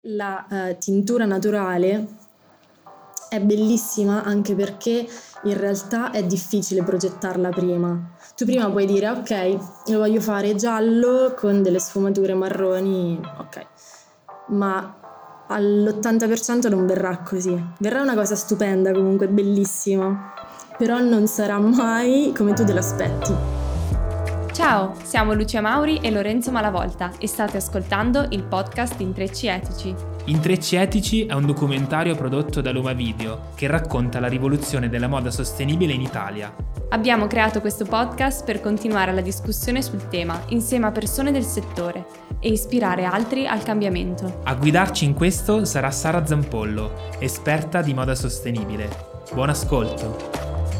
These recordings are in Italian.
La tintura naturale è bellissima anche perché in realtà è difficile progettarla prima. Tu prima puoi dire ok, lo voglio fare giallo con delle sfumature marroni, ok, ma all'80% non verrà così. Verrà una cosa stupenda comunque, bellissima, però non sarà mai come tu te l'aspetti. Ciao, siamo Lucia Mauri e Lorenzo Malavolta e state ascoltando il podcast Intrecci Etici. Intrecci Etici è un documentario prodotto da Luma Video che racconta la rivoluzione della moda sostenibile in Italia. Abbiamo creato questo podcast per continuare la discussione sul tema insieme a persone del settore e ispirare altri al cambiamento. A guidarci in questo sarà Sara Zampollo, esperta di moda sostenibile. Buon ascolto!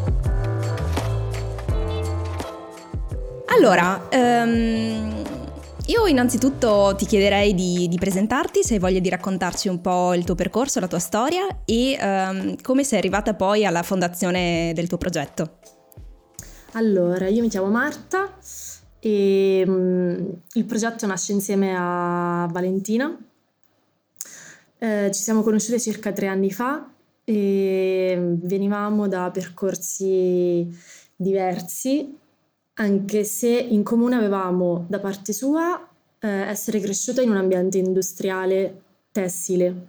Allora, io innanzitutto ti chiederei di presentarti, se hai voglia di raccontarci un po' il tuo percorso, la tua storia e come sei arrivata poi alla fondazione del tuo progetto. Allora, io mi chiamo Marta e il progetto nasce insieme a Valentina. Ci siamo conosciute circa 3 anni fa e venivamo da percorsi diversi, anche se in comune avevamo da parte sua essere cresciuta in un ambiente industriale tessile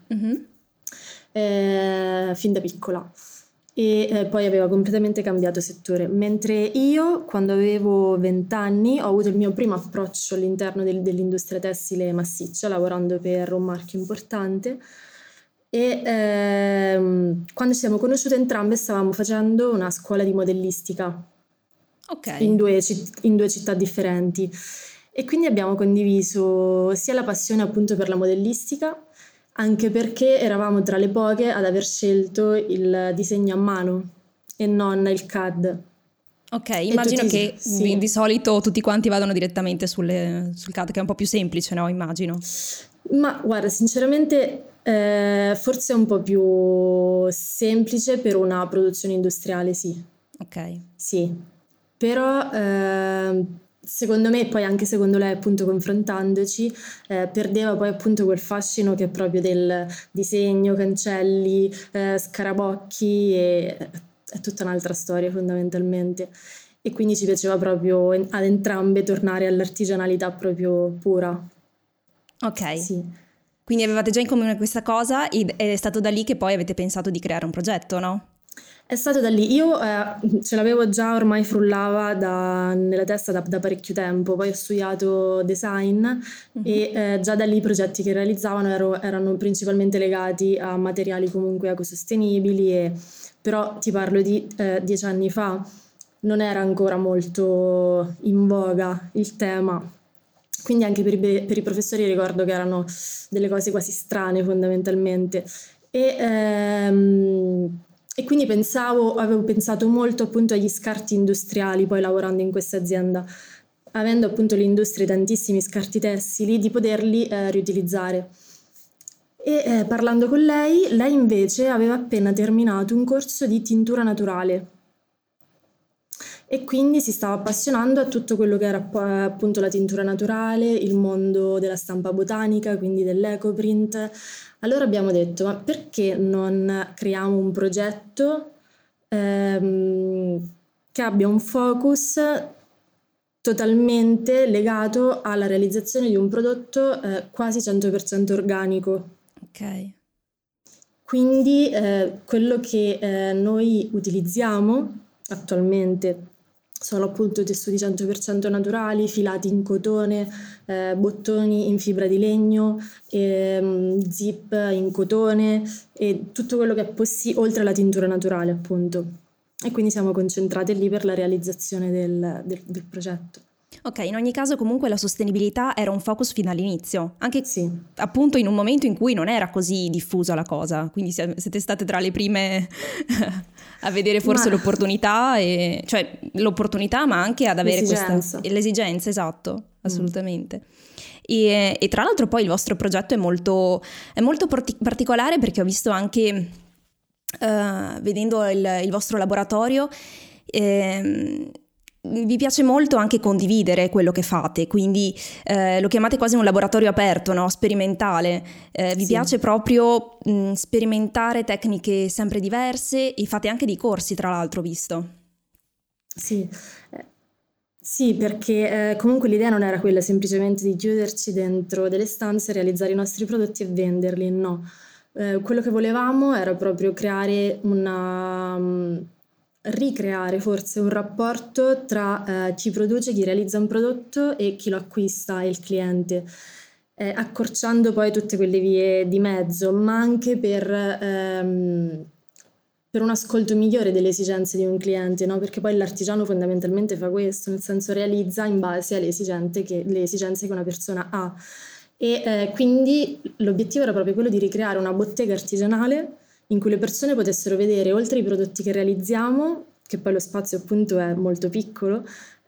fin da piccola e poi aveva completamente cambiato settore, mentre io quando avevo 20 anni ho avuto il mio primo approccio all'interno dell'industria tessile massiccia, lavorando per un marchio importante. E quando ci siamo conosciute entrambe stavamo facendo una scuola di modellistica. Okay. In due città differenti, e quindi abbiamo condiviso sia la passione appunto per la modellistica, anche perché eravamo tra le poche ad aver scelto il disegno a mano e non il CAD. Ok, immagino che sì. di solito tutti quanti vadano direttamente sul CAD, che è un po' più semplice, no? Immagino. Ma guarda, sinceramente forse è un po' più semplice per una produzione industriale, sì. Ok. Sì. Però secondo me, poi anche secondo lei appunto confrontandoci, perdeva poi appunto quel fascino che è proprio del disegno, cancelli, scarabocchi, e è tutta un'altra storia fondamentalmente, e quindi ci piaceva proprio ad entrambe tornare all'artigianalità proprio pura. Ok. Sì. Quindi avevate già in comune questa cosa ed è stato da lì che poi avete pensato di creare un progetto, no? È stato da lì, io ce l'avevo già, ormai frullava nella testa da parecchio tempo, poi ho studiato design e già da lì i progetti che realizzavano erano principalmente legati a materiali comunque ecosostenibili, però ti parlo di 10 anni fa, non era ancora molto in voga il tema, quindi anche per i professori ricordo che erano delle cose quasi strane fondamentalmente. E quindi avevo pensato molto appunto agli scarti industriali, poi lavorando in questa azienda, avendo appunto l'industria di tantissimi scarti tessili, di poterli riutilizzare. E parlando con lei invece aveva appena terminato un corso di tintura naturale e quindi si stava appassionando a tutto quello che era appunto la tintura naturale, il mondo della stampa botanica, quindi dell'ecoprint. Allora abbiamo detto, ma perché non creiamo un progetto che abbia un focus totalmente legato alla realizzazione di un prodotto quasi 100% organico. Ok. Quindi quello che noi utilizziamo attualmente sono appunto tessuti 100% naturali, filati in cotone, bottoni in fibra di legno, zip in cotone e tutto quello che è possibile, oltre alla tintura naturale appunto. E quindi siamo concentrati lì per la realizzazione del progetto. Ok, in ogni caso comunque la sostenibilità era un focus fin dall'inizio, anche sì, appunto in un momento in cui non era così diffusa la cosa, quindi siete state tra le prime a vedere forse l'opportunità, cioè l'opportunità ma anche ad avere l'esigenza, esatto, assolutamente. E tra l'altro poi il vostro progetto è molto particolare, perché ho visto anche, vedendo il vostro laboratorio, vi piace molto anche condividere quello che fate, quindi lo chiamate quasi un laboratorio aperto, no? Sperimentale. Vi piace proprio sperimentare tecniche sempre diverse e fate anche dei corsi, tra l'altro, visto. Sì, perché comunque l'idea non era quella semplicemente di chiuderci dentro delle stanze, realizzare i nostri prodotti e venderli, no. Quello che volevamo era proprio ricreare forse un rapporto tra chi produce, chi realizza un prodotto e chi lo acquista e il cliente, accorciando poi tutte quelle vie di mezzo, ma anche per un ascolto migliore delle esigenze di un cliente, no? Perché poi l'artigiano fondamentalmente fa questo, nel senso realizza in base alle esigenze che una persona ha. E quindi l'obiettivo era proprio quello di ricreare una bottega artigianale in cui le persone potessero vedere, oltre ai prodotti che realizziamo, che poi lo spazio appunto è molto piccolo,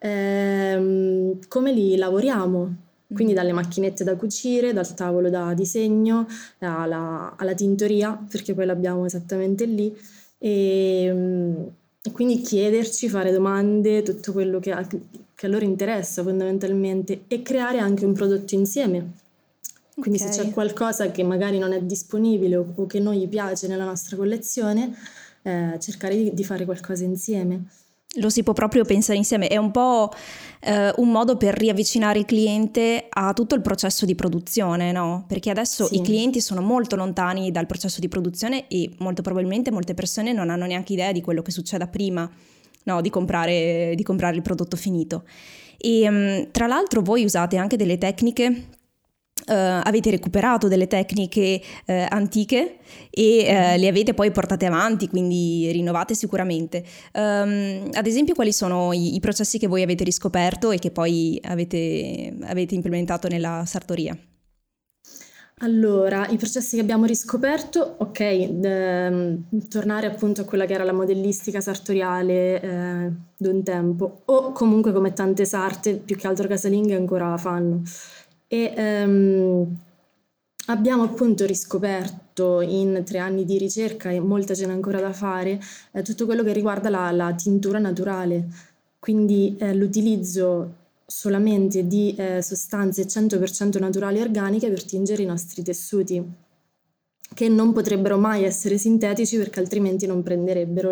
come li lavoriamo. Quindi dalle macchinette da cucire, dal tavolo da disegno, alla tintoria, perché poi l'abbiamo esattamente lì, e quindi chiederci, fare domande, tutto quello che a loro interessa fondamentalmente, e creare anche un prodotto insieme. Quindi se c'è qualcosa che magari non è disponibile o che non gli piace nella nostra collezione, cercare di fare qualcosa insieme. Lo si può proprio pensare insieme, è un po' un modo per riavvicinare il cliente a tutto il processo di produzione, no? Perché adesso i clienti sono molto lontani dal processo di produzione e molto probabilmente molte persone non hanno neanche idea di quello che succeda prima, no? Di comprare il prodotto finito. E tra l'altro voi usate anche delle tecniche. Avete recuperato delle tecniche antiche e le avete poi portate avanti, quindi rinnovate sicuramente. Ad esempio, quali sono i processi che voi avete riscoperto e che poi avete implementato nella sartoria? Allora, i processi che abbiamo riscoperto, tornare appunto a quella che era la modellistica sartoriale d'un tempo, o comunque come tante sarte, più che altro casalinghe ancora fanno. E abbiamo appunto riscoperto in 3 anni di ricerca, e molta ce n'è ancora da fare, tutto quello che riguarda la tintura naturale, quindi l'utilizzo solamente di sostanze 100% naturali e organiche per tingere i nostri tessuti, che non potrebbero mai essere sintetici perché altrimenti non prenderebbero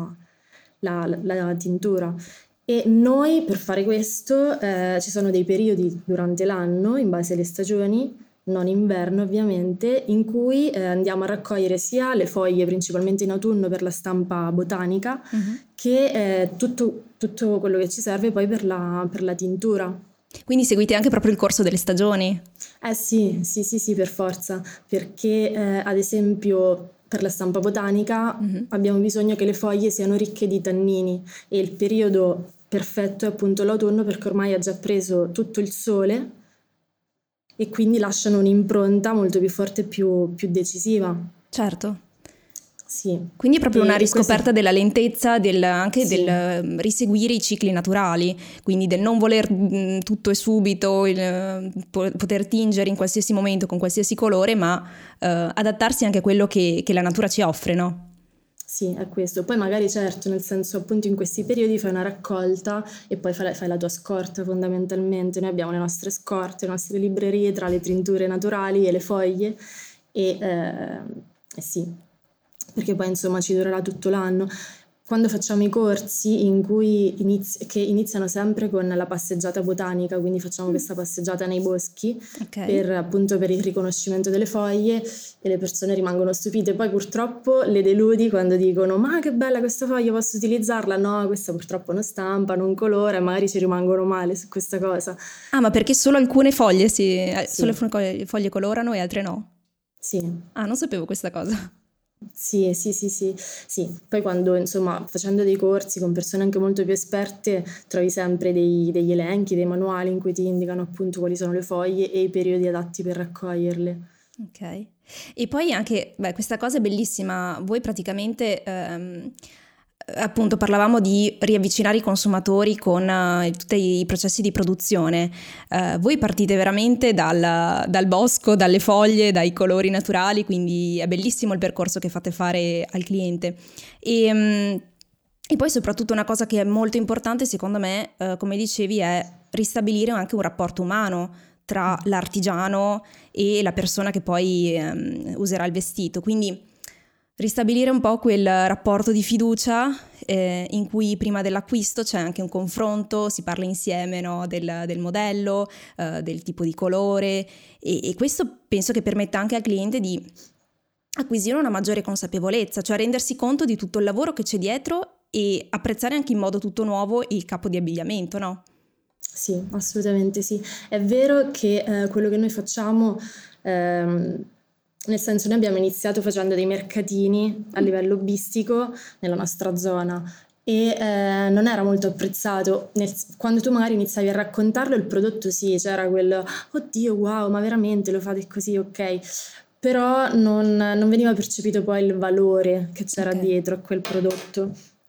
la tintura. E noi per fare questo ci sono dei periodi durante l'anno, in base alle stagioni, non inverno ovviamente, in cui andiamo a raccogliere sia le foglie, principalmente in autunno per la stampa botanica, che tutto quello che ci serve poi per la tintura. Quindi seguite anche proprio il corso delle stagioni? Sì, per forza, perché ad esempio per la stampa botanica abbiamo bisogno che le foglie siano ricche di tannini, e il periodo perfetto è appunto l'autunno, perché ormai ha già preso tutto il sole e quindi lasciano un'impronta molto più forte e più decisiva. Certo. Sì. Quindi è proprio una riscoperta della lentezza, anche del riseguire i cicli naturali, quindi del non voler tutto e subito, poter tingere in qualsiasi momento con qualsiasi colore, ma adattarsi anche a quello che la natura ci offre, no? Sì, è questo. Poi magari certo, nel senso appunto in questi periodi fai una raccolta e poi fai la tua scorta fondamentalmente. Noi abbiamo le nostre scorte, le nostre librerie tra le tinture naturali e le foglie e sì, perché poi insomma ci durerà tutto l'anno. Quando facciamo i corsi in cui che iniziano sempre con la passeggiata botanica, quindi facciamo questa passeggiata nei boschi per il riconoscimento delle foglie, e le persone rimangono stupite. Poi purtroppo le deludi quando dicono: ma che bella questa foglia, posso utilizzarla? No, questa purtroppo non stampa, non colora, e magari ci rimangono male su questa cosa. Ah, ma perché solo alcune foglie solo alcune foglie colorano e altre no? Sì. Ah, non sapevo questa cosa. Sì. Poi quando insomma facendo dei corsi con persone anche molto più esperte trovi sempre degli elenchi, dei manuali in cui ti indicano appunto quali sono le foglie e i periodi adatti per raccoglierle. Ok. E poi anche, questa cosa è bellissima, voi praticamente appunto parlavamo di riavvicinare i consumatori con tutti i processi di produzione. Voi partite veramente dal bosco, dalle foglie, dai colori naturali, quindi è bellissimo il percorso che fate fare al cliente. E E poi soprattutto una cosa che è molto importante secondo me, come dicevi, è ristabilire anche un rapporto umano tra l'artigiano e la persona che poi userà il vestito. Quindi ristabilire un po' quel rapporto di fiducia in cui prima dell'acquisto c'è anche un confronto, si parla insieme, no, del modello, del tipo di colore e questo penso che permetta anche al cliente di acquisire una maggiore consapevolezza, cioè rendersi conto di tutto il lavoro che c'è dietro e apprezzare anche in modo tutto nuovo il capo di abbigliamento, no? Sì, assolutamente sì. È vero che quello che noi facciamo, nel senso, noi abbiamo iniziato facendo dei mercatini a livello hobbistico nella nostra zona e non era molto apprezzato. Quando tu magari iniziavi a raccontarlo, il prodotto sì, c'era quello, oddio, wow, ma veramente lo fate così, ok. Però non veniva percepito poi il valore che c'era dietro a quel prodotto.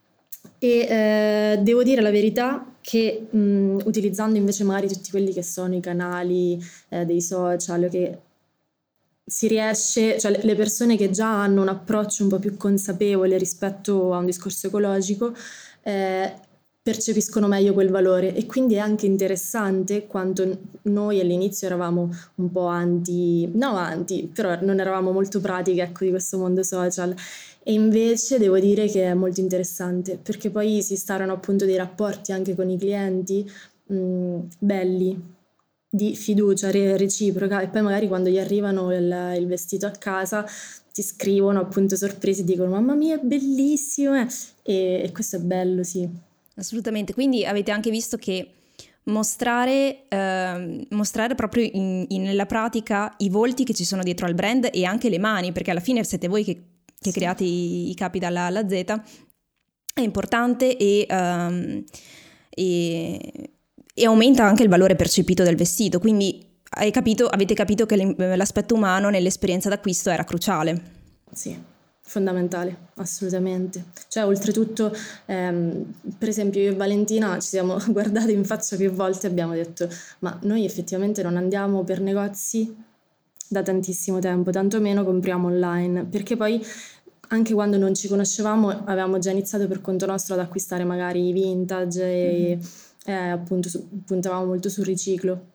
E devo dire la verità che utilizzando invece magari tutti quelli che sono i canali dei social, che si riesce, cioè le persone che già hanno un approccio un po' più consapevole rispetto a un discorso ecologico percepiscono meglio quel valore e quindi è anche interessante quanto noi all'inizio eravamo un po' anti, però non eravamo molto pratiche, ecco, di questo mondo social. E invece devo dire che è molto interessante perché poi si instaurano appunto dei rapporti anche con i clienti belli, di fiducia reciproca e poi magari quando gli arrivano il vestito a casa ti scrivono appunto sorpresi e dicono mamma mia è bellissimo e questo è bello, sì. Assolutamente, quindi avete anche visto che mostrare proprio nella pratica i volti che ci sono dietro al brand e anche le mani, perché alla fine siete voi che create i capi dalla A alla Z, è importante e aumenta anche il valore percepito del vestito, quindi avete capito che l'aspetto umano nell'esperienza d'acquisto era cruciale. Sì, fondamentale, assolutamente. Cioè, oltretutto, per esempio io e Valentina ci siamo guardate in faccia più volte e abbiamo detto ma noi effettivamente non andiamo per negozi da tantissimo tempo, tantomeno compriamo online, perché poi anche quando non ci conoscevamo avevamo già iniziato per conto nostro ad acquistare magari vintage e appunto puntavamo molto sul riciclo.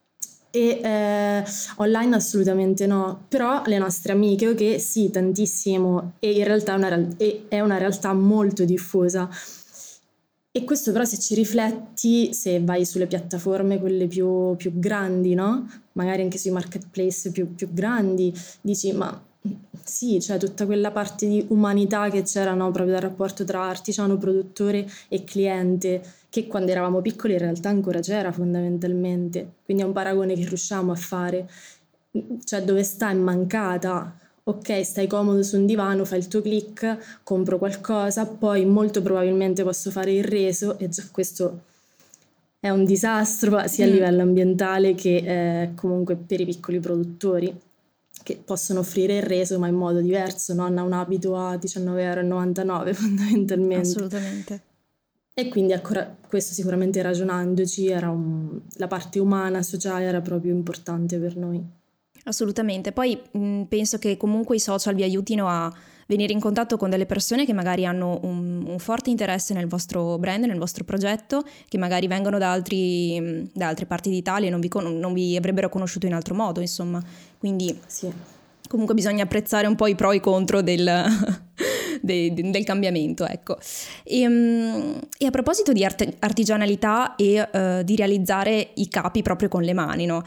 E online assolutamente no, però le nostre amiche che sì, tantissimo e in realtà è una realtà molto diffusa e questo però se ci rifletti, se vai sulle piattaforme quelle più grandi, no? Magari anche sui marketplace più grandi, dici ma sì, cioè tutta quella parte di umanità che c'era, no? Proprio dal rapporto tra artigiano, produttore e cliente, che quando eravamo piccoli in realtà ancora c'era fondamentalmente, quindi è un paragone che riusciamo a fare, cioè dove sta è mancata, ok, stai comodo su un divano, fai il tuo click, compro qualcosa, poi molto probabilmente posso fare il reso e già questo è un disastro sia a livello ambientale che comunque per i piccoli produttori che possono offrire il reso ma in modo diverso, non a un abito a €19,99 fondamentalmente. Assolutamente. E quindi questo sicuramente ragionandoci la parte umana, sociale era proprio importante per noi. Assolutamente, poi penso che comunque i social vi aiutino a venire in contatto con delle persone che magari hanno un forte interesse nel vostro brand, nel vostro progetto, che magari vengono da altre parti d'Italia e non vi avrebbero conosciuto in altro modo, insomma. Quindi sì. Comunque bisogna apprezzare un po' i pro e i contro del cambiamento, ecco. E a proposito di artigianalità e di realizzare i capi proprio con le mani, no?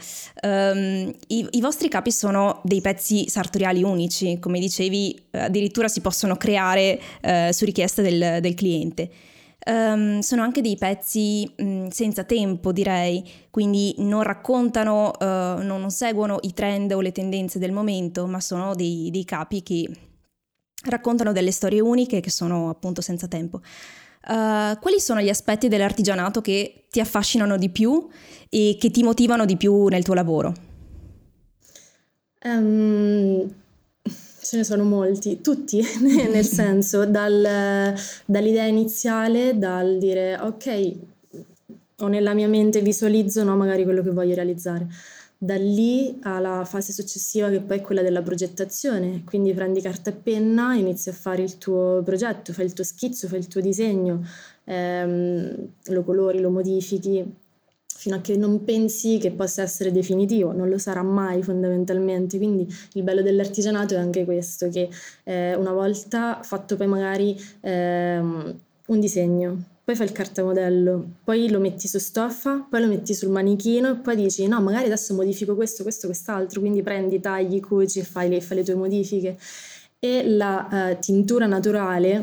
I vostri capi sono dei pezzi sartoriali unici, come dicevi, addirittura si possono creare su richiesta del cliente. Sono anche dei pezzi senza tempo, direi, quindi non raccontano, non seguono i trend o le tendenze del momento, ma sono dei capi che raccontano delle storie uniche che sono appunto senza tempo. Quali sono gli aspetti dell'artigianato che ti affascinano di più e che ti motivano di più nel tuo lavoro? Ce ne sono molti, tutti, nel senso dall'idea iniziale, dal dire ok, o nella mia mente visualizzo, no, magari quello che voglio realizzare, Da lì alla fase successiva, che poi è quella della progettazione, quindi prendi carta e penna, inizi a fare il tuo progetto, fai il tuo schizzo, fai il tuo disegno, lo colori, lo modifichi, fino a che non pensi che possa essere definitivo, non lo sarà mai fondamentalmente. Quindi il bello dell'artigianato è anche questo, che una volta fatto poi magari un disegno, poi fai il cartamodello, poi lo metti su stoffa, poi lo metti sul manichino, poi dici no, magari adesso modifico questo, quest'altro, quindi prendi, tagli, cuci e fai le tue modifiche. E la tintura naturale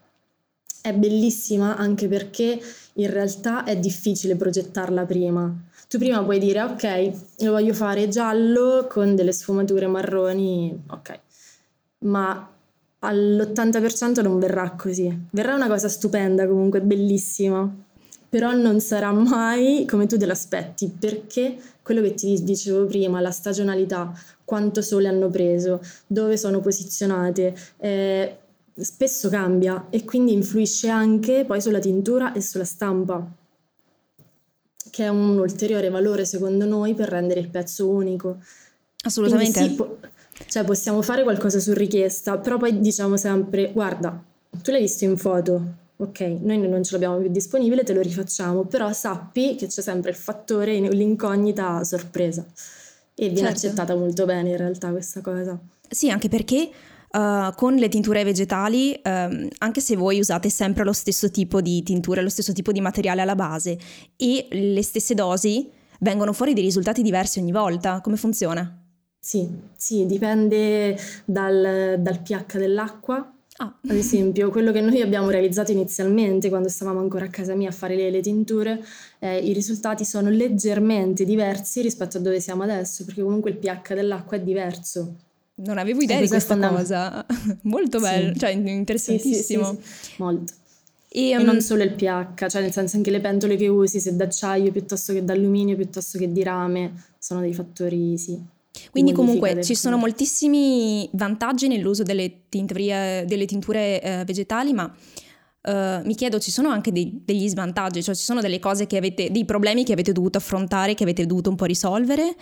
è bellissima anche perché in realtà è difficile progettarla prima. Tu prima puoi dire ok, lo voglio fare giallo con delle sfumature marroni, ok, ma all'80% non verrà così. Verrà una cosa stupenda, comunque bellissima, però non sarà mai come tu te l'aspetti, perché quello che ti dicevo prima, la stagionalità, quanto sole hanno preso, dove sono posizionate, spesso cambia e quindi influisce anche poi sulla tintura e sulla stampa, che è un ulteriore valore secondo noi per rendere il pezzo unico. Assolutamente. Quindi sì, cioè possiamo fare qualcosa su richiesta, però poi diciamo sempre guarda, tu l'hai visto in foto, ok, noi non ce l'abbiamo più disponibile, te lo rifacciamo, però sappi che c'è sempre il fattore, l'incognita sorpresa, e viene accettata molto bene in realtà questa cosa. Sì, anche perché con le tinture vegetali, anche se voi usate sempre lo stesso tipo di tinture, lo stesso tipo di materiale alla base e le stesse dosi, vengono fuori dei risultati diversi ogni volta. Come funziona? Sì, dipende dal pH dell'acqua. Ad esempio, quello che noi abbiamo realizzato inizialmente quando stavamo ancora a casa mia a fare le tinture, i risultati sono leggermente diversi rispetto a dove siamo adesso, perché comunque il pH dell'acqua è diverso. Non avevo idea di questa cosa. Molto bello, cioè interessantissimo. Sì, molto. E non solo il pH, cioè nel senso anche le pentole che usi, se d'acciaio piuttosto che d'alluminio piuttosto che di rame, sono dei fattori, sì. Quindi comunque ci sono moltissimi vantaggi nell'uso delle tinture vegetali, ma mi chiedo, ci sono anche degli svantaggi, cioè ci sono delle cose dei problemi che avete dovuto affrontare, che avete dovuto un po' risolvere,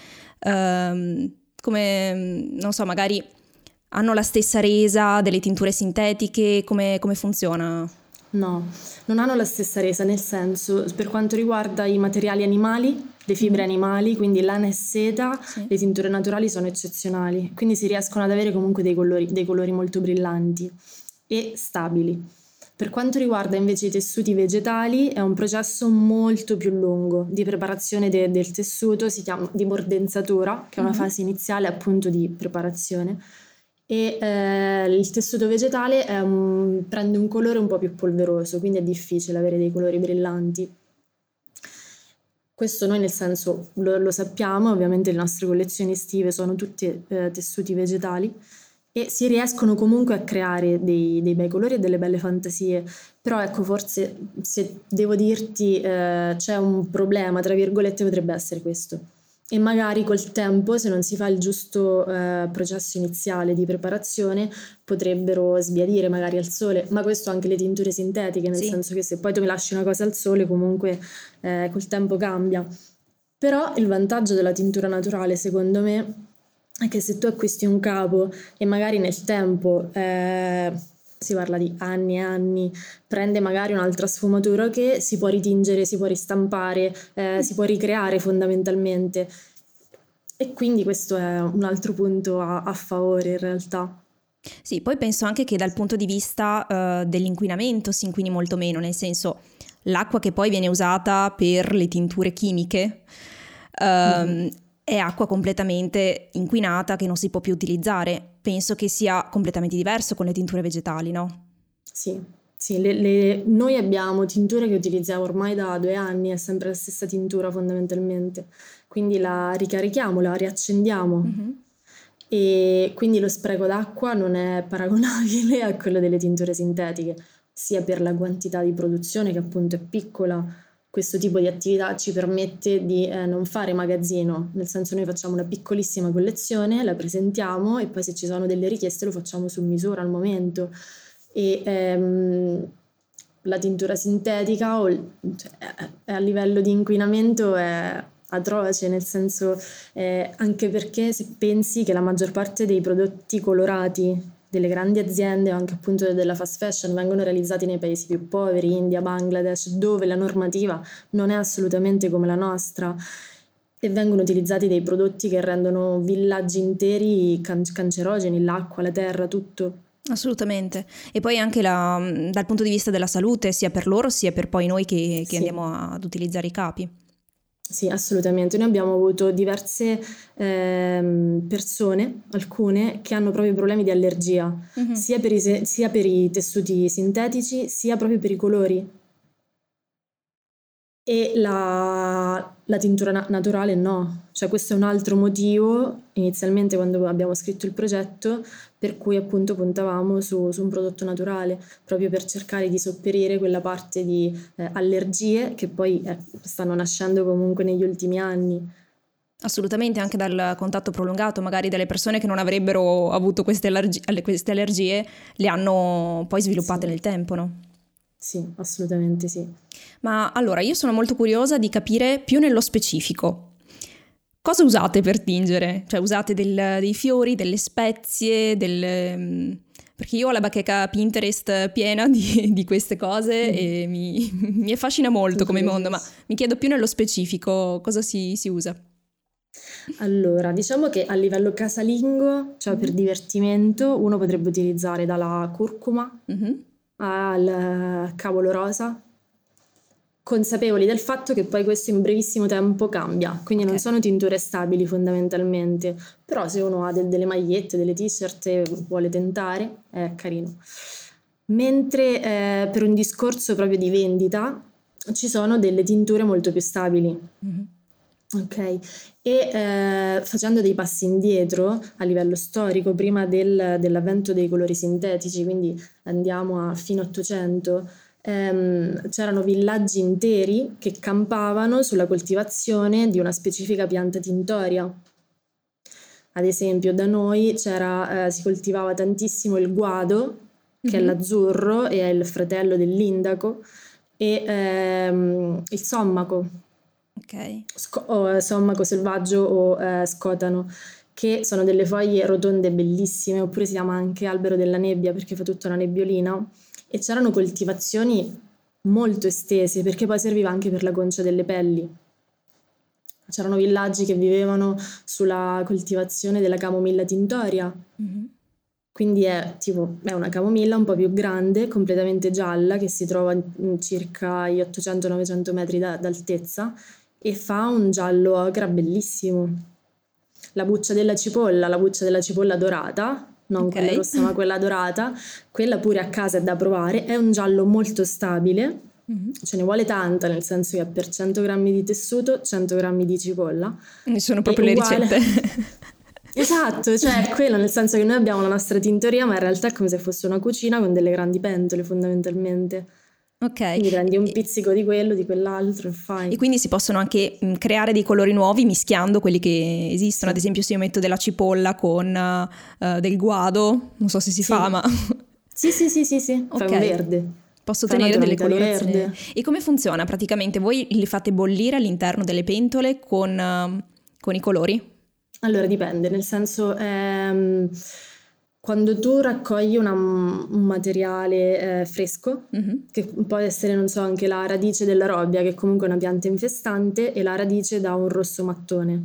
come, non so, magari hanno la stessa resa delle tinture sintetiche, come funziona? No, non hanno la stessa resa, nel senso, per quanto riguarda i materiali animali, le fibre animali, quindi lana e seta, sì, le tinture naturali sono eccezionali, quindi si riescono ad avere comunque dei colori molto brillanti e stabili. Per quanto riguarda invece i tessuti vegetali, è un processo molto più lungo di preparazione del tessuto, si chiama di mordenzatura, che è una fase iniziale appunto di preparazione. E il tessuto vegetale prende un colore un po' più polveroso, quindi è difficile avere dei colori brillanti. Questo noi nel senso lo sappiamo, ovviamente le nostre collezioni estive sono tutte tessuti vegetali e si riescono comunque a creare dei bei colori e delle belle fantasie, però ecco, forse se devo dirti c'è un problema, tra virgolette, potrebbe essere questo. E magari col tempo, se non si fa il giusto processo iniziale di preparazione, potrebbero sbiadire magari al sole, ma questo anche le tinture sintetiche, nel senso che se poi tu mi lasci una cosa al sole comunque col tempo cambia. Però il vantaggio della tintura naturale secondo me è che se tu acquisti un capo e magari nel tempo, si parla di anni e anni, prende magari un'altra sfumatura che si può ritingere, si può ristampare, si può ricreare fondamentalmente, e quindi questo è un altro punto a favore in realtà. Sì, poi penso anche che dal punto di vista dell'inquinamento si inquini molto meno, nel senso l'acqua che poi viene usata per le tinture chimiche è acqua completamente inquinata che non si può più utilizzare. Penso che sia completamente diverso con le tinture vegetali, no? Sì, noi abbiamo tinture che utilizziamo ormai da 2 anni, è sempre la stessa tintura fondamentalmente, quindi la ricarichiamo, la riaccendiamo e quindi lo spreco d'acqua non è paragonabile a quello delle tinture sintetiche, sia per la quantità di produzione che appunto è piccola. Questo tipo di attività ci permette di non fare magazzino, nel senso noi facciamo una piccolissima collezione, la presentiamo e poi se ci sono delle richieste lo facciamo su misura al momento. E la tintura sintetica a livello di inquinamento è atroce, nel senso anche perché se pensi che la maggior parte dei prodotti colorati delle grandi aziende o anche appunto della fast fashion vengono realizzati nei paesi più poveri, India, Bangladesh, dove la normativa non è assolutamente come la nostra e vengono utilizzati dei prodotti che rendono villaggi interi cancerogeni, l'acqua, la terra, tutto. Assolutamente. E poi anche dal punto di vista della salute, sia per loro sia per poi noi che andiamo ad utilizzare i capi. Sì, assolutamente. Noi abbiamo avuto diverse persone, alcune, che hanno proprio problemi di allergia, sia per i tessuti sintetici, sia proprio per i colori. E la tintura naturale no. Cioè questo è un altro motivo, inizialmente quando abbiamo scritto il progetto, per cui appunto puntavamo su un prodotto naturale, proprio per cercare di sopperire quella parte di allergie che poi stanno nascendo comunque negli ultimi anni. Assolutamente, anche dal contatto prolungato, magari delle persone che non avrebbero avuto queste allergie le hanno poi sviluppate nel tempo, no? Sì, assolutamente sì. Ma allora, io sono molto curiosa di capire più nello specifico. Cosa usate per tingere? Cioè usate dei fiori, delle spezie, perché io ho la bacheca Pinterest piena di queste cose e mi affascina molto come mondo, ma mi chiedo più nello specifico cosa si usa. Allora, diciamo che a livello casalingo, cioè per divertimento, uno potrebbe utilizzare dalla curcuma al cavolo rosa, consapevoli del fatto che poi questo in brevissimo tempo cambia, quindi non sono tinture stabili fondamentalmente, però se uno ha delle magliette, delle t-shirt e vuole tentare, è carino. Mentre per un discorso proprio di vendita ci sono delle tinture molto più stabili. Ok, e facendo dei passi indietro a livello storico, prima dell'avvento dei colori sintetici, quindi andiamo a fine 800, c'erano villaggi interi che campavano sulla coltivazione di una specifica pianta tintoria. Ad esempio da noi si coltivava tantissimo il guado, che è l'azzurro e è il fratello dell'indaco, e il sommaco. Sommaco selvaggio o scotano, che sono delle foglie rotonde bellissime, oppure si chiama anche albero della nebbia perché fa tutta una nebbiolina, e c'erano coltivazioni molto estese perché poi serviva anche per la concia delle pelli. C'erano villaggi che vivevano sulla coltivazione della camomilla tintoria, quindi è una camomilla un po' più grande, completamente gialla, che si trova in circa gli 800-900 metri d'altezza e fa un giallo ocra bellissimo. La buccia della cipolla dorata, non quella rossa ma quella dorata, quella pure a casa è da provare, è un giallo molto stabile, ce ne vuole tanta, nel senso che per 100 grammi di tessuto 100 grammi di cipolla. Ne sono proprio le ricette. Esatto, cioè quello, nel senso che noi abbiamo la nostra tintoria, ma in realtà è come se fosse una cucina con delle grandi pentole fondamentalmente. Quindi prendi un pizzico di quello, di quell'altro e fai. E quindi si possono anche creare dei colori nuovi mischiando quelli che esistono. Ad esempio se io metto della cipolla con del guado, non so se si fa, ma... Sì, fai un verde. Posso tenere delle colorazioni verde. E come funziona praticamente? Voi li fate bollire all'interno delle pentole con i colori? Allora dipende, nel senso quando tu raccogli un materiale fresco, che può essere, non so, anche la radice della robbia, che è comunque una pianta infestante, e la radice dà un rosso mattone.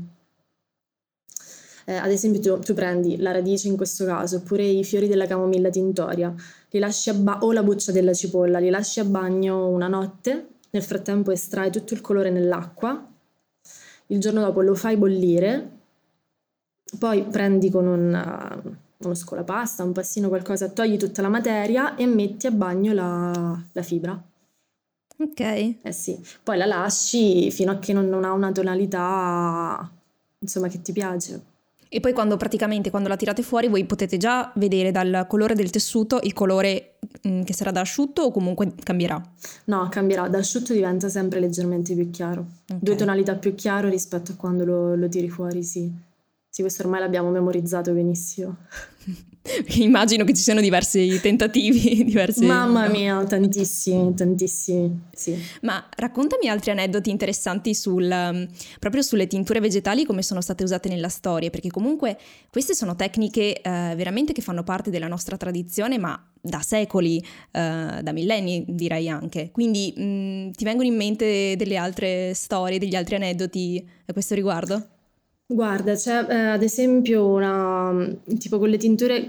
Ad esempio tu prendi la radice in questo caso, oppure i fiori della camomilla tintoria, li lasci o la buccia della cipolla, li lasci a bagno una notte, nel frattempo estrai tutto il colore nell'acqua, il giorno dopo lo fai bollire, poi prendi con uno scolapasta, un passino, qualcosa, togli tutta la materia e metti a bagno la fibra. Sì, poi la lasci fino a che non ha una tonalità, insomma, che ti piace. E poi quando la tirate fuori voi potete già vedere dal colore del tessuto il colore che sarà da asciutto o comunque cambierà? No, cambierà, da asciutto diventa sempre leggermente più chiaro, 2 tonalità più chiaro rispetto a quando lo tiri fuori, sì. Sì, questo ormai l'abbiamo memorizzato benissimo. Immagino che ci siano diversi tentativi, Mamma mia, tantissimi, sì. Ma raccontami altri aneddoti interessanti proprio sulle tinture vegetali, come sono state usate nella storia, perché comunque queste sono tecniche veramente che fanno parte della nostra tradizione, ma da secoli, da millenni direi anche. Quindi ti vengono in mente delle altre storie, degli altri aneddoti a questo riguardo? Guarda, c'è ad esempio tipo con le tinture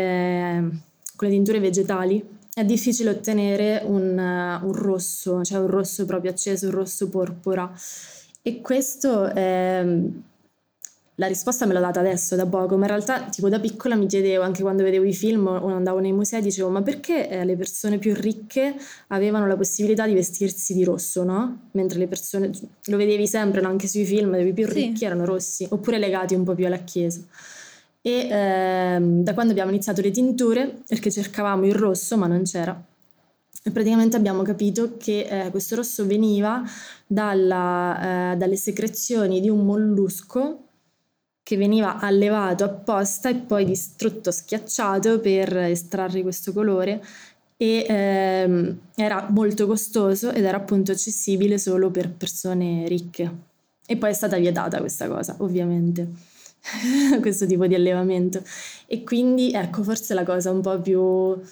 vegetali è difficile ottenere un rosso, cioè un rosso proprio acceso, un rosso porpora. E questo la risposta me l'ho data adesso da poco, ma in realtà tipo da piccola mi chiedevo, anche quando vedevo i film o andavo nei musei, dicevo ma perché le persone più ricche avevano la possibilità di vestirsi di rosso, no? Mentre le persone, lo vedevi sempre, no? Anche sui film, i più ricchi erano rossi, oppure legati un po' più alla chiesa. E da quando abbiamo iniziato le tinture, perché cercavamo il rosso ma non c'era, e praticamente abbiamo capito che questo rosso veniva dalle secrezioni di un mollusco che veniva allevato apposta e poi distrutto, schiacciato per estrarre questo colore, e era molto costoso ed era appunto accessibile solo per persone ricche. E poi è stata vietata questa cosa, ovviamente, questo tipo di allevamento. E quindi ecco, forse la cosa un po' più...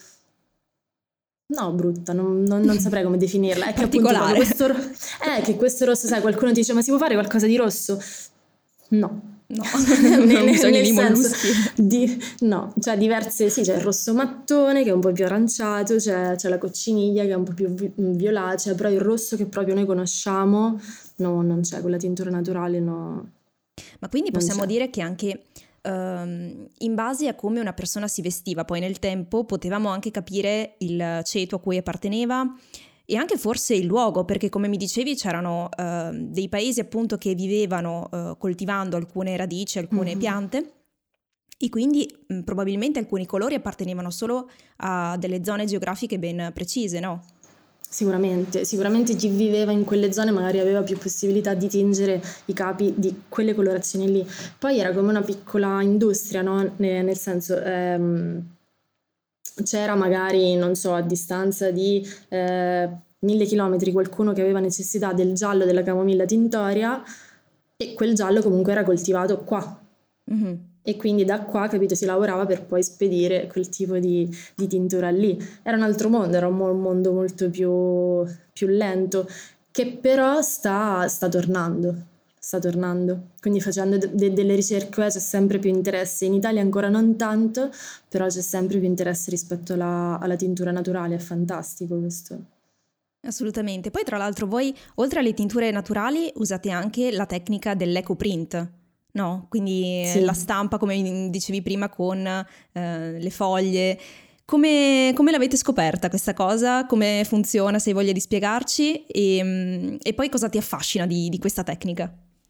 No, brutta, non saprei come definirla. È che particolare. Appunto che questo rosso, sai, qualcuno dice ma si può fare qualcosa di rosso? No, non bisogna di molluschi. No, cioè diverse, sì, c'è il rosso mattone che è un po' più aranciato, c'è la cocciniglia che è un po' più violacea, però il rosso che proprio noi conosciamo non c'è, con la tintura naturale no. Ma quindi possiamo dire che anche in base a come una persona si vestiva poi nel tempo potevamo anche capire il ceto a cui apparteneva e anche forse il luogo, perché come mi dicevi c'erano dei paesi appunto che vivevano coltivando alcune radici, alcune piante, e quindi probabilmente alcuni colori appartenevano solo a delle zone geografiche ben precise, no? Sicuramente chi viveva in quelle zone magari aveva più possibilità di tingere i capi di quelle colorazioni lì. Poi era come una piccola industria, no? Nel senso... c'era magari, non so, a distanza di 1000 chilometri qualcuno che aveva necessità del giallo della camomilla tintoria e quel giallo comunque era coltivato qua. Mm-hmm. E quindi da qua, capito, si lavorava per poi spedire quel tipo di tintura lì. Era un altro mondo, era un mondo molto più lento, che però sta tornando, quindi facendo delle ricerche c'è sempre più interesse. In Italia ancora non tanto, però c'è sempre più interesse rispetto alla tintura naturale. È fantastico questo. Assolutamente. Poi tra l'altro voi, oltre alle tinture naturali, usate anche la tecnica dell'ecoprint, no? Quindi sì. La stampa, come dicevi prima, con le foglie. Come l'avete scoperta questa cosa? Come funziona, se hai voglia di spiegarci? E poi cosa ti affascina di questa tecnica?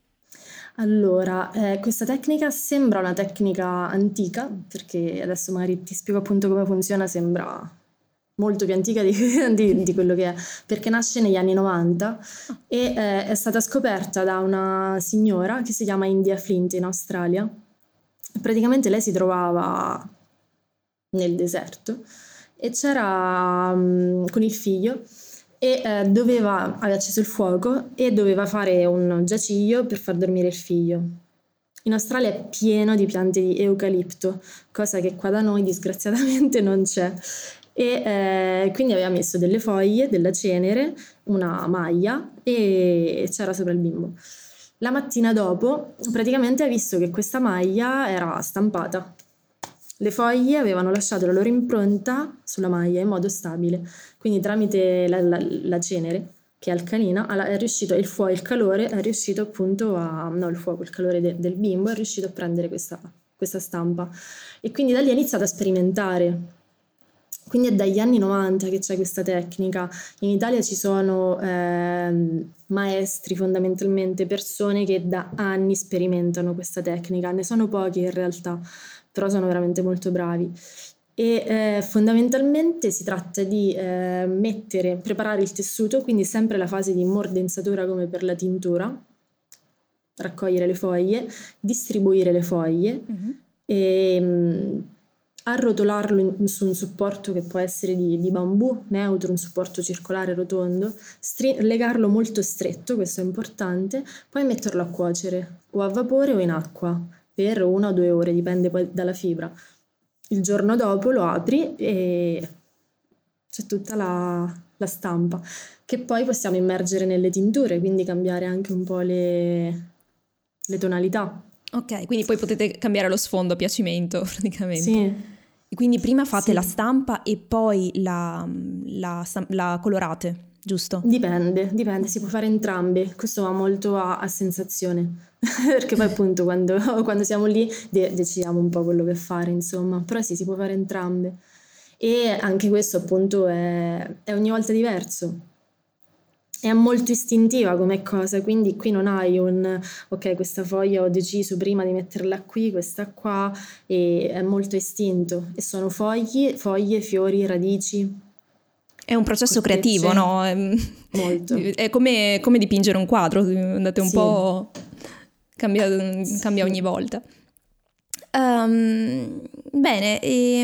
Allora, questa tecnica sembra una tecnica antica, perché adesso magari ti spiego appunto come funziona, sembra molto più antica di quello che è, perché nasce negli anni 90 e è stata scoperta da una signora che si chiama India Flint in Australia. Praticamente lei si trovava nel deserto e c'era con il figlio e aveva acceso il fuoco e doveva fare un giaciglio per far dormire il figlio. In Australia è pieno di piante di eucalipto, cosa che qua da noi disgraziatamente non c'è. E quindi aveva messo delle foglie, della cenere, una maglia e c'era sopra il bimbo. La mattina dopo praticamente ha visto che questa maglia era stampata. Le foglie avevano lasciato la loro impronta sulla maglia in modo stabile, quindi tramite la cenere, che è alcalina, è riuscito il calore è riuscito appunto il calore del bimbo è riuscito a prendere questa stampa. E quindi da lì ha iniziato a sperimentare. Quindi è dagli anni 90 che c'è questa tecnica. In Italia ci sono maestri, fondamentalmente persone che da anni sperimentano questa tecnica. Ne sono pochi in realtà, però sono veramente molto bravi. E fondamentalmente si tratta di preparare il tessuto, quindi sempre la fase di mordenzatura come per la tintura, raccogliere le foglie, distribuire le foglie e arrotolarlo su un supporto che può essere di bambù neutro, un supporto circolare rotondo, legarlo molto stretto, questo è importante, poi metterlo a cuocere o a vapore o in acqua per 1 o 2 ore, dipende poi dalla fibra. Il giorno dopo lo apri e c'è tutta la stampa, che poi possiamo immergere nelle tinture, quindi cambiare anche un po' le tonalità. Ok, quindi poi potete cambiare lo sfondo a piacimento praticamente. Sì. E quindi prima fate la stampa e poi la colorate, giusto? Dipende, si può fare entrambe, questo va molto a sensazione, perché poi appunto quando siamo lì decidiamo un po' quello che fare, insomma, però sì, si può fare entrambe. E anche questo appunto è ogni volta diverso. È molto istintiva come cosa, quindi qui non hai ok, questa foglia ho deciso prima di metterla qui, questa qua, e è molto istinto, e sono foglie, fiori, radici. È un processo creativo, no? Molto. È come dipingere un quadro, andate un po'... cambia ogni volta. Bene,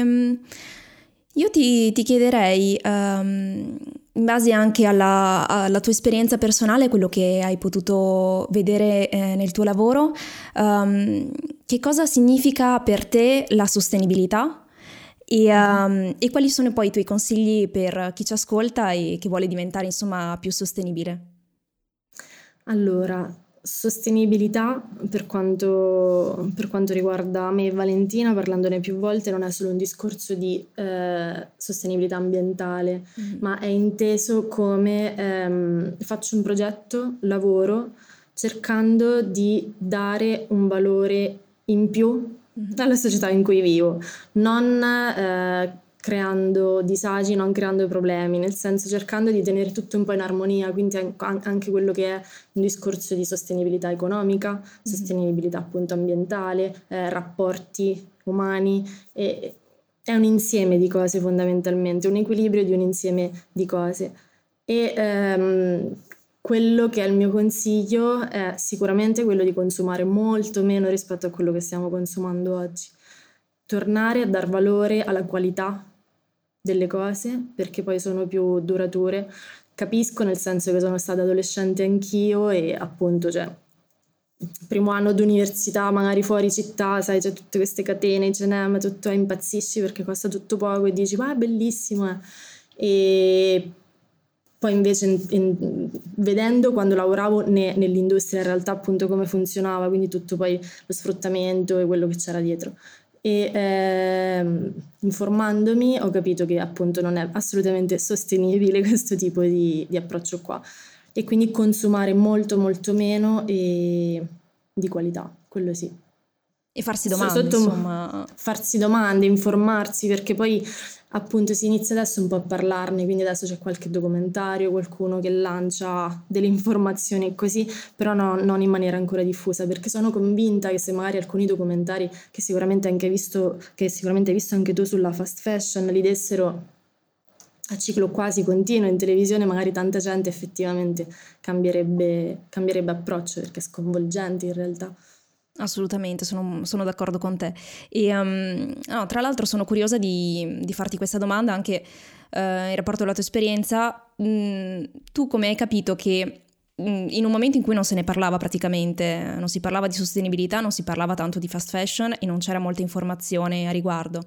io ti chiederei, in base anche alla tua esperienza personale, quello che hai potuto vedere nel tuo lavoro, che cosa significa per te la sostenibilità e quali sono poi i tuoi consigli per chi ci ascolta e che vuole diventare insomma più sostenibile? Allora, sostenibilità per quanto riguarda me e Valentina, parlandone più volte, non è solo un discorso di sostenibilità ambientale, ma è inteso come faccio un progetto, lavoro, cercando di dare un valore in più alla società in cui vivo, non creando disagi, non creando problemi, nel senso cercando di tenere tutto un po' in armonia, quindi anche quello che è un discorso di sostenibilità economica, sostenibilità appunto ambientale, rapporti umani, è un insieme di cose fondamentalmente, un equilibrio di un insieme di cose. E quello che è il mio consiglio è sicuramente quello di consumare molto meno rispetto a quello che stiamo consumando oggi. Tornare a dar valore alla qualità delle cose, perché poi sono più durature. Capisco, nel senso che sono stata adolescente anch'io e appunto primo anno d'università magari fuori città, sai, c'è tutte queste catene, H&M, tutto, impazzisci perché costa tutto poco e dici ma è bellissimo e poi invece vedendo quando lavoravo nell'industria in realtà appunto come funzionava, quindi tutto poi lo sfruttamento e quello che c'era dietro, e informandomi ho capito che appunto non è assolutamente sostenibile questo tipo di approccio qua, e quindi consumare molto molto meno e di qualità, quello sì. E farsi domande, insomma. Farsi domande, informarsi, perché poi appunto si inizia adesso un po' a parlarne, quindi adesso c'è qualche documentario, qualcuno che lancia delle informazioni così, però non in maniera ancora diffusa, perché sono convinta che se magari alcuni documentari che sicuramente hai visto anche tu sulla fast fashion li dessero a ciclo quasi continuo in televisione, magari tanta gente effettivamente cambierebbe approccio, perché è sconvolgente in realtà. Assolutamente, sono d'accordo con te. E tra l'altro sono curiosa di farti questa domanda anche in rapporto alla tua esperienza. Tu come hai capito che in un momento in cui non se ne parlava praticamente, non si parlava di sostenibilità, non si parlava tanto di fast fashion e non c'era molta informazione a riguardo,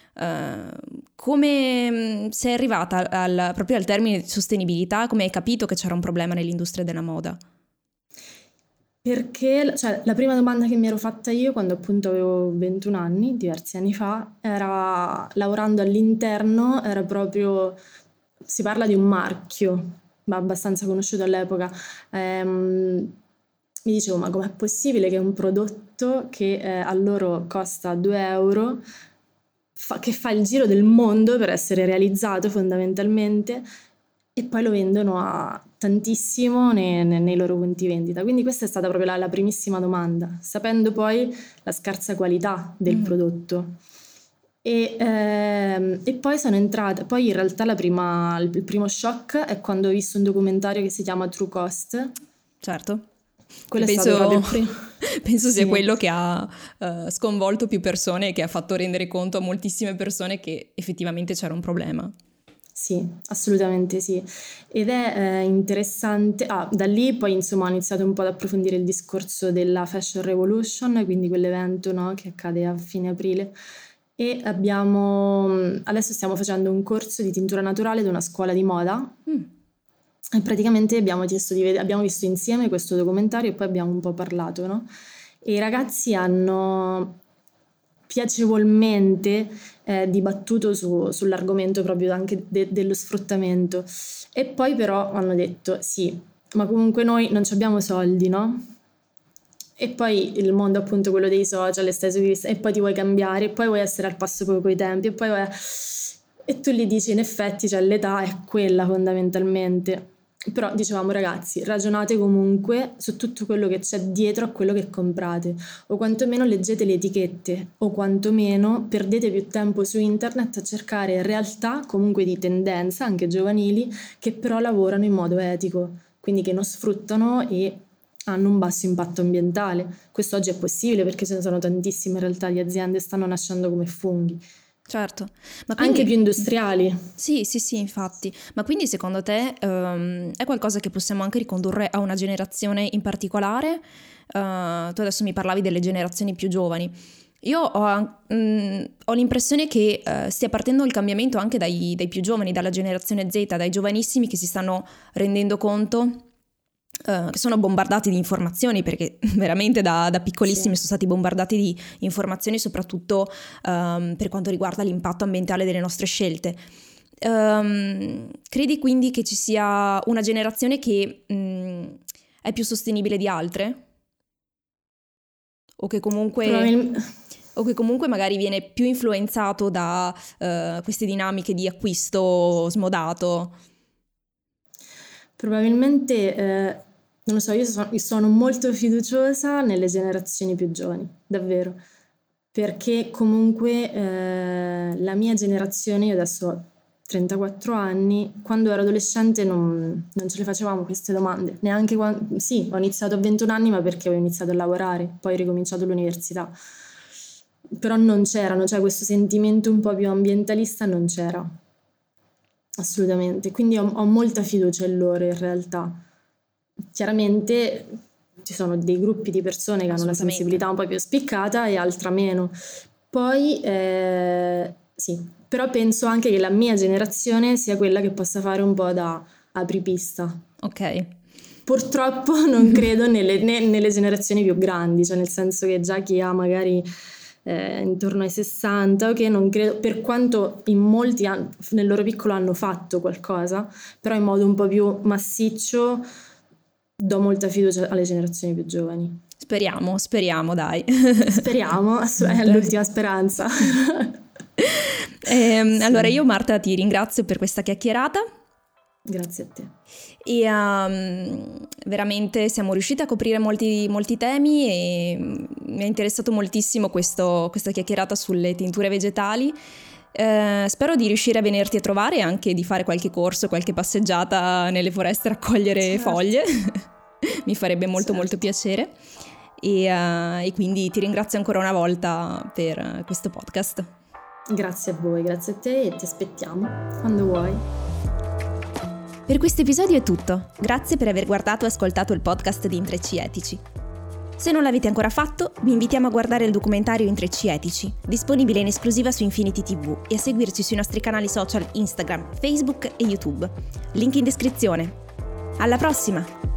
come sei arrivata proprio al termine di sostenibilità? Come hai capito che c'era un problema nell'industria della moda? Perché la prima domanda che mi ero fatta io quando appunto avevo 21 anni, diversi anni fa, era, lavorando all'interno, era proprio, si parla di un marchio abbastanza conosciuto all'epoca, mi dicevo ma com'è possibile che un prodotto che a loro costa 2 euro, che fa il giro del mondo per essere realizzato fondamentalmente, e poi lo vendono a tantissimo nei loro punti vendita. Quindi questa è stata proprio la primissima domanda, sapendo poi la scarsa qualità del prodotto. E poi sono entrata, poi in realtà il primo shock è quando ho visto un documentario che si chiama True Cost. Certo. Penso sia quello che ha sconvolto più persone, che ha fatto rendere conto a moltissime persone che effettivamente c'era un problema. Sì, assolutamente sì. Ed è interessante. Da lì poi insomma ho iniziato un po' ad approfondire il discorso della Fashion Revolution, quindi quell'evento, no, che accade a fine aprile. E adesso stiamo facendo un corso di tintura naturale ad una scuola di moda. E praticamente abbiamo visto insieme questo documentario e poi abbiamo un po' parlato, no? E i ragazzi hanno piacevolmente dibattuto sull'argomento proprio anche dello sfruttamento, e poi però hanno detto sì, ma comunque noi non abbiamo soldi, no? E poi il mondo appunto quello dei social è steso di vista, e poi ti vuoi cambiare, e poi vuoi essere al passo con i tempi, e poi e tu gli dici in effetti l'età è quella fondamentalmente. Però dicevamo ragazzi, ragionate comunque su tutto quello che c'è dietro a quello che comprate, o quantomeno leggete le etichette, o quantomeno perdete più tempo su internet a cercare realtà comunque di tendenza, anche giovanili, che però lavorano in modo etico, quindi che non sfruttano e hanno un basso impatto ambientale. Questo oggi è possibile perché ce ne sono tantissime realtà di aziende, stanno nascendo come funghi. Certo, ma quindi, anche più industriali. Sì, infatti. Ma quindi secondo te è qualcosa che possiamo anche ricondurre a una generazione in particolare? Tu adesso mi parlavi delle generazioni più giovani. Io ho l'impressione che stia partendo il cambiamento anche dai più giovani, dalla generazione Z, dai giovanissimi che si stanno rendendo conto che sono bombardati di informazioni, perché veramente da piccolissimi sono stati bombardati di informazioni, soprattutto per quanto riguarda l'impatto ambientale delle nostre scelte. Credi quindi che ci sia una generazione che è più sostenibile di altre? O che comunque magari viene più influenzato da queste dinamiche di acquisto smodato? Probabilmente, non lo so, io sono molto fiduciosa nelle generazioni più giovani, davvero, perché comunque la mia generazione, io adesso ho 34 anni, quando ero adolescente non ce le facevamo queste domande, neanche quando, sì, ho iniziato a 21 anni, ma perché ho iniziato a lavorare, poi ho ricominciato l'università, però non c'erano, cioè questo sentimento un po' più ambientalista non c'era. Assolutamente, quindi ho molta fiducia in loro in realtà. Chiaramente ci sono dei gruppi di persone che hanno la sensibilità un po' più spiccata e altra meno. Poi sì, però penso anche che la mia generazione sia quella che possa fare un po' da apripista. Ok. Purtroppo non credo nelle generazioni più grandi, cioè nel senso che già chi ha magari intorno ai 60, che non credo, per quanto in molti nel loro piccolo hanno fatto qualcosa, però in modo un po' più massiccio, do molta fiducia alle generazioni più giovani. Speriamo dai. Speriamo, è l'ultima speranza. Sì. Allora io Marta ti ringrazio per questa chiacchierata. Grazie a te. E veramente siamo riusciti a coprire molti temi e mi è interessato moltissimo questa chiacchierata sulle tinture vegetali. Spero di riuscire a venirti a trovare e anche di fare qualche corso, qualche passeggiata nelle foreste a raccogliere foglie. Mi farebbe molto piacere e quindi ti ringrazio ancora una volta per questo podcast. Grazie a voi, grazie a te e ti aspettiamo quando vuoi. Per questo episodio è tutto. Grazie per aver guardato e ascoltato il podcast di Intrecci Etici. Se non l'avete ancora fatto, vi invitiamo a guardare il documentario Intrecci Etici, disponibile in esclusiva su Infinity TV, e a seguirci sui nostri canali social Instagram, Facebook e YouTube. Link in descrizione. Alla prossima!